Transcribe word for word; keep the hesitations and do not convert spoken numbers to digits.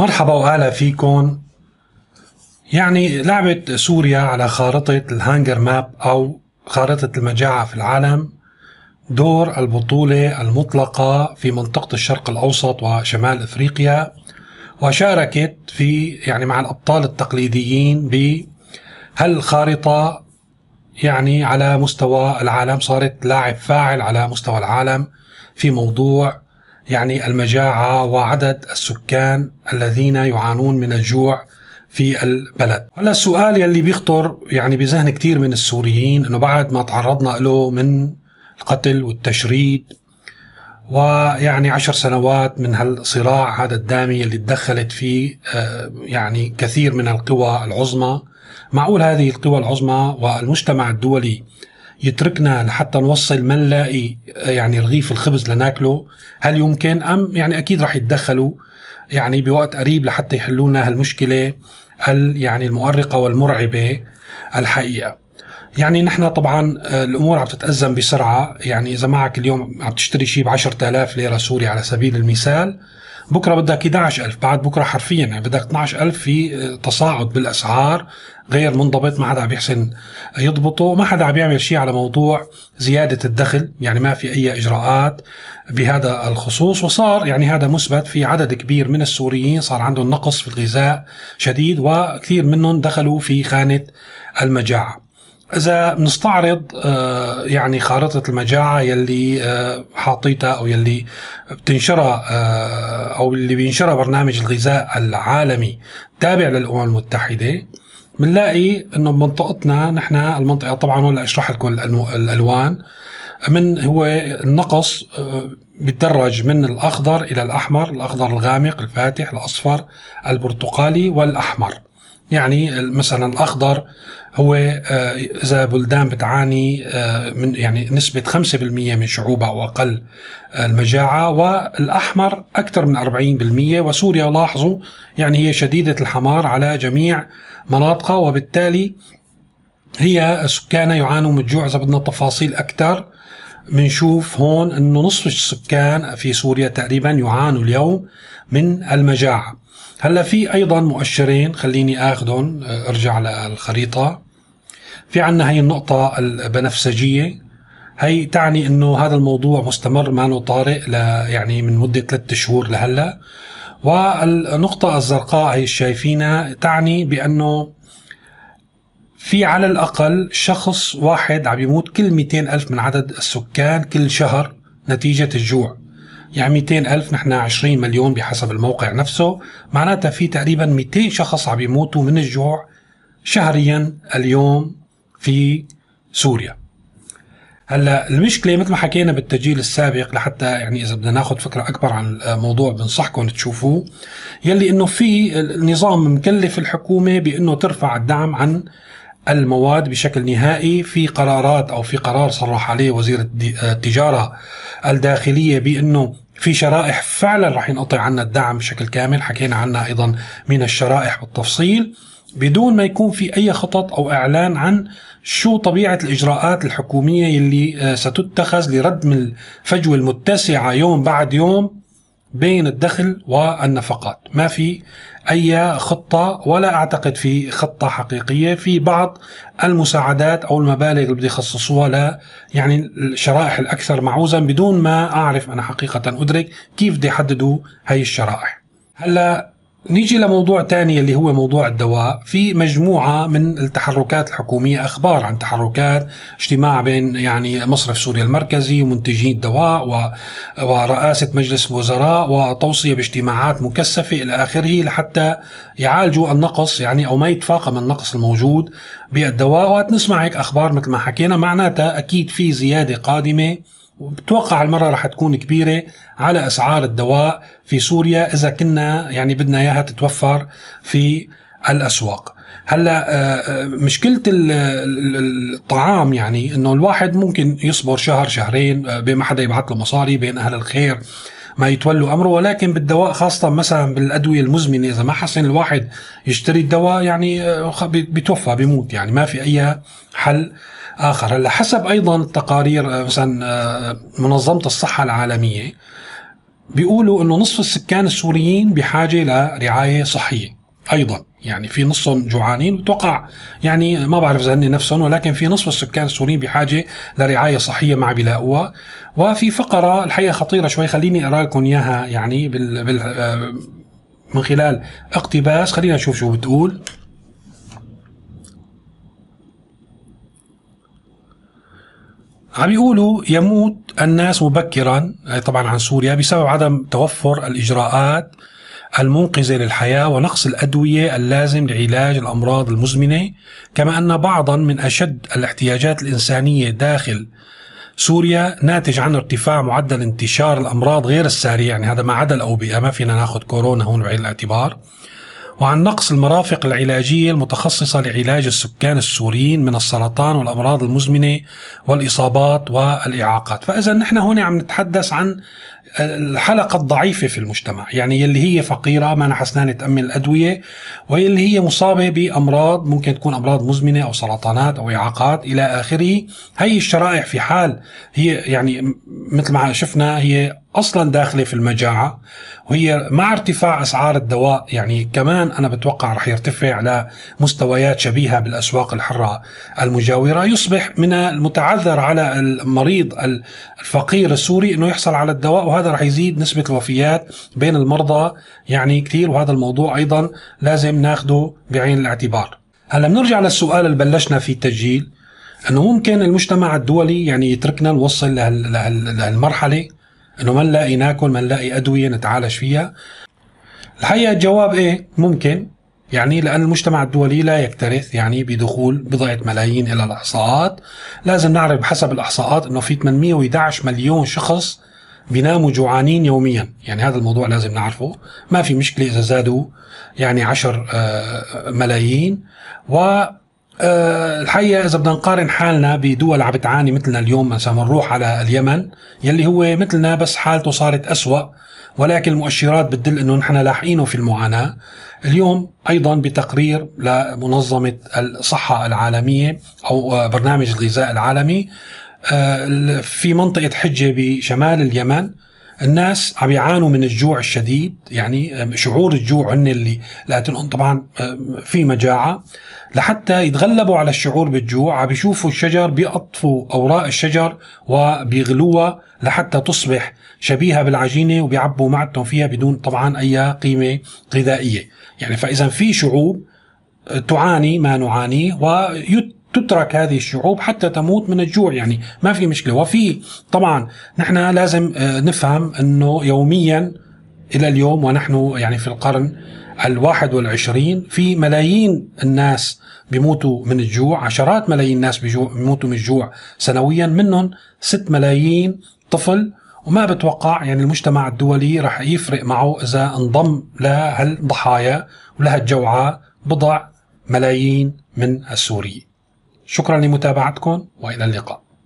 مرحبا وأهلا فيكم. يعني لعبة سوريا على خارطة الهانجر ماب أو خارطة المجاعة في العالم، دور البطولة المطلقة في منطقة الشرق الأوسط وشمال أفريقيا، وشاركت في يعني مع الأبطال التقليديين بهالخارطة. يعني على مستوى العالم صارت لاعب فاعل على مستوى العالم في موضوع يعني المجاعة وعدد السكان الذين يعانون من الجوع في البلد. هلا السؤال يلي بيخطر يعني بذهن كتير من السوريين انه بعد ما تعرضنا له من القتل والتشريد ويعني عشر سنوات من هالصراع هذا الدامي اللي تدخلت فيه يعني كثير من القوى العظمى، معقول هذه القوى العظمى والمجتمع الدولي يتركنا لحتى نوصل ما نلاقي يعني رغيف الخبز لناكله؟ هل يمكن؟ أم يعني أكيد رح يتدخلوا يعني بوقت قريب لحتى يحلونا هالمشكلة يعني المؤرقة والمرعبة الحقيقة. يعني نحن طبعا الأمور عم تتأزم بسرعة. يعني إذا معك اليوم عم تشتري شيء بعشرة آلاف ليرة سوري على سبيل المثال، بكرة بدك إحدى عشر ألف، بعد بكرة حرفيا يعني بدك اثني عشر ألف. في تصاعد بالأسعار غير منضبط، ما حدا عم يحسن يضبطه، ما حدا عم يعمل شيء على موضوع زيادة الدخل، يعني ما في أي إجراءات بهذا الخصوص. وصار يعني هذا مثبت في عدد كبير من السوريين صار عندهم نقص في الغذاء شديد، وكثير منهم دخلوا في خانة المجاعة. إذا نستعرض يعني خارطة المجاعة يلي حاطيتها أو يلي بتنشرها أو اللي بينشرها برنامج الغذاء العالمي تابع للأمم المتحدة، بنلاقي إنه بمنطقتنا نحن المنطقة طبعا ولا أشرح لكم الألوان من هو النقص بيتدرج من الأخضر إلى الأحمر، الأخضر الغامق الفاتح، الأصفر البرتقالي والأحمر. يعني مثلا الأخضر هو إذا بلدان بتعاني من يعني نسبة خمسة بالمئة من شعوبها أو أقل المجاعة، والأحمر أكثر من أربعين بالمئة. وسوريا لاحظوا يعني هي شديدة الحمار على جميع مناطقها، وبالتالي هي سكانها يعانوا من الجوع. إذا بدنا تفاصيل أكثر منشوف هون أنه نصف السكان في سوريا تقريبا يعانوا اليوم من المجاعة. هلا في أيضا مؤشرين خليني آخذهم، ارجع للخريطة. في عنا هي النقطة البنفسجية، هي تعني أنه هذا الموضوع مستمر ما طارئ ل يعني من مدة ثلاثة شهور لهلا. والنقطة الزرقاء هي شايفينها تعني بأنه في على الأقل شخص واحد عم يموت كل مئتين ألف من عدد السكان كل شهر نتيجة الجوع. يعني مئتين ألف، نحن عشرين مليون بحسب الموقع نفسه، معناتها في تقريبا مئتين شخص عم يموتوا من الجوع شهريا اليوم في سوريا. هلا المشكلة مثل ما حكينا بالتسجيل السابق، لحتى يعني إذا بدنا ناخذ فكرة أكبر عن الموضوع بنصحكم تشوفوه، يلي إنه في النظام مكلف الحكومة بإنه ترفع الدعم عن المواد بشكل نهائي. في قرارات أو في قرار صرح عليه وزير التجارة الداخلية بأنه في شرائح فعلا رح ينقطع عنا الدعم بشكل كامل، حكينا عنها أيضا من الشرائح بالتفصيل، بدون ما يكون في أي خطط أو إعلان عن شو طبيعة الإجراءات الحكومية اللي ستتخذ لرد من الفجوة المتسعة يوم بعد يوم بين الدخل والنفقات. ما في أي خطة، ولا أعتقد في خطة حقيقية في بعض المساعدات أو المبالغ اللي بده يخصصوها ل يعني الشرائح الأكثر معوزا، بدون ما أعرف أنا حقيقة أدرك كيف بده يحددوا هاي الشرائح. هلا نيجي لموضوع تاني اللي هو موضوع الدواء. في مجموعة من التحركات الحكومية، أخبار عن تحركات، اجتماع بين يعني مصرف سوريا المركزي ومنتجين الدواء و... ورئاسة مجلس الوزراء، وتوصية باجتماعات مكثفة إلى آخره لحتى يعالجوا النقص يعني أو ما يتفاقم النقص الموجود بالدواء. وتنسمع هيك أخبار مثل ما حكينا، معناتها أكيد في زيادة قادمة، وبتوقع المرة رح تكون كبيرة على أسعار الدواء في سوريا إذا كنا يعني بدنا إياها تتوفر في الأسواق. هلا مشكلة الطعام يعني إنه الواحد ممكن يصبر شهر شهرين بما حدا يبعث له مصاري بين أهل الخير ما يتولوا أمره، ولكن بالدواء خاصة مثلا بالأدوية المزمنة إذا ما حسن الواحد يشتري الدواء يعني بيتوفى بيموت، يعني ما في أي حل آخر. هلا حسب أيضا التقارير مثلا منظمة الصحة العالمية بيقولوا انه نصف السكان السوريين بحاجة لرعاية صحية ايضا، يعني في نصهم جوعانين، وتوقع يعني ما بعرف اذا هن نفسهم، ولكن في نصف السكان السوريين بحاجة لرعاية صحية ما بيلاقوها. وفي فقرة الحقيقة خطيرة شوي، خليني اقرا لكم اياها يعني بال... بال... من خلال اقتباس. خلينا نشوف شو بتقول. عم يقولوا يموت الناس مبكرا، طبعا عن سوريا، بسبب عدم توفر الإجراءات المنقذة للحياة ونقص الأدوية اللازم لعلاج الأمراض المزمنة، كما أن بعضا من أشد الاحتياجات الإنسانية داخل سوريا ناتج عن ارتفاع معدل انتشار الأمراض غير السارية، يعني هذا ما عدا الأوبئة، ما فينا ناخذ كورونا هون بعين الاعتبار، وعن نقص المرافق العلاجية المتخصصة لعلاج السكان السوريين من السرطان والأمراض المزمنة والإصابات والإعاقات. فإذا نحن هون عم نتحدث عن الحلقة الضعيفة في المجتمع، يعني يلي هي فقيرة ما حسنان تأمن الأدوية، واللي هي مصابة بأمراض ممكن تكون أمراض مزمنة أو سرطانات أو إعاقات إلى آخره. هي الشرائح في حال هي يعني مثل ما شفنا هي أصلا داخلة في المجاعة، وهي مع ارتفاع أسعار الدواء يعني كمان أنا بتوقع رح يرتفع لمستويات شبيهة بالأسواق الحرة المجاورة. يصبح من المتعذر على المريض الفقير السوري أنه يحصل على الدواء، وهذا رح يزيد نسبة الوفيات بين المرضى يعني كثير، وهذا الموضوع أيضا لازم ناخده بعين الاعتبار. هلا بنرجع للسؤال اللي بلشنا فيه التسجيل، أنه ممكن المجتمع الدولي يعني يتركنا نوصل لهالمرحلة انه ما نلاقي ناكل، ما نلاقي ادويه نتعالج فيها؟ الحقيقه الجواب ايه، ممكن، يعني لان المجتمع الدولي لا يكترث يعني بدخول بضعه ملايين الى الاحصاءات. لازم نعرف بحسب الاحصاءات انه في ثمانمئة وإحدى عشر مليون شخص بيناموا جوعانين يوميا، يعني هذا الموضوع لازم نعرفه. ما في مشكله اذا زادوا يعني عشر ملايين. و أه الحقيقة إذا بدنا نقارن حالنا بدول عم بتعاني مثلنا اليوم، مثلا نروح على اليمن يلي هو مثلنا بس حالته صارت أسوأ، ولكن المؤشرات بتدل إنه نحن لاحقينه في المعاناة. اليوم أيضا بتقرير لمنظمة الصحة العالمية أو برنامج الغذاء العالمي أه في منطقة حجة بشمال اليمن الناس عم يعانوا من الجوع الشديد، يعني شعور الجوع هن اللي لكن طبعا في مجاعة. لحتى يتغلبوا على الشعور بالجوع عم بيشوفوا الشجر بيقطفوا أوراق الشجر وبيغلوها لحتى تصبح شبيهة بالعجينة، وبيعبوا معدتهم فيها بدون طبعا أي قيمة غذائية. يعني فإذا في شعوب تعاني ما نعانيه ويت تترك هذه الشعوب حتى تموت من الجوع، يعني ما في مشكلة. وفي طبعا نحن لازم نفهم أنه يوميا إلى اليوم ونحن يعني في القرن الواحد والعشرين في ملايين الناس بيموتوا من الجوع، عشرات ملايين الناس بيموتوا من الجوع سنويا، منهم ست ملايين طفل. وما بتوقع يعني المجتمع الدولي رح يفرق معه إذا انضم لهالضحايا ولهالجوعى بضع ملايين من السوريين. شكرا لمتابعتكم وإلى اللقاء.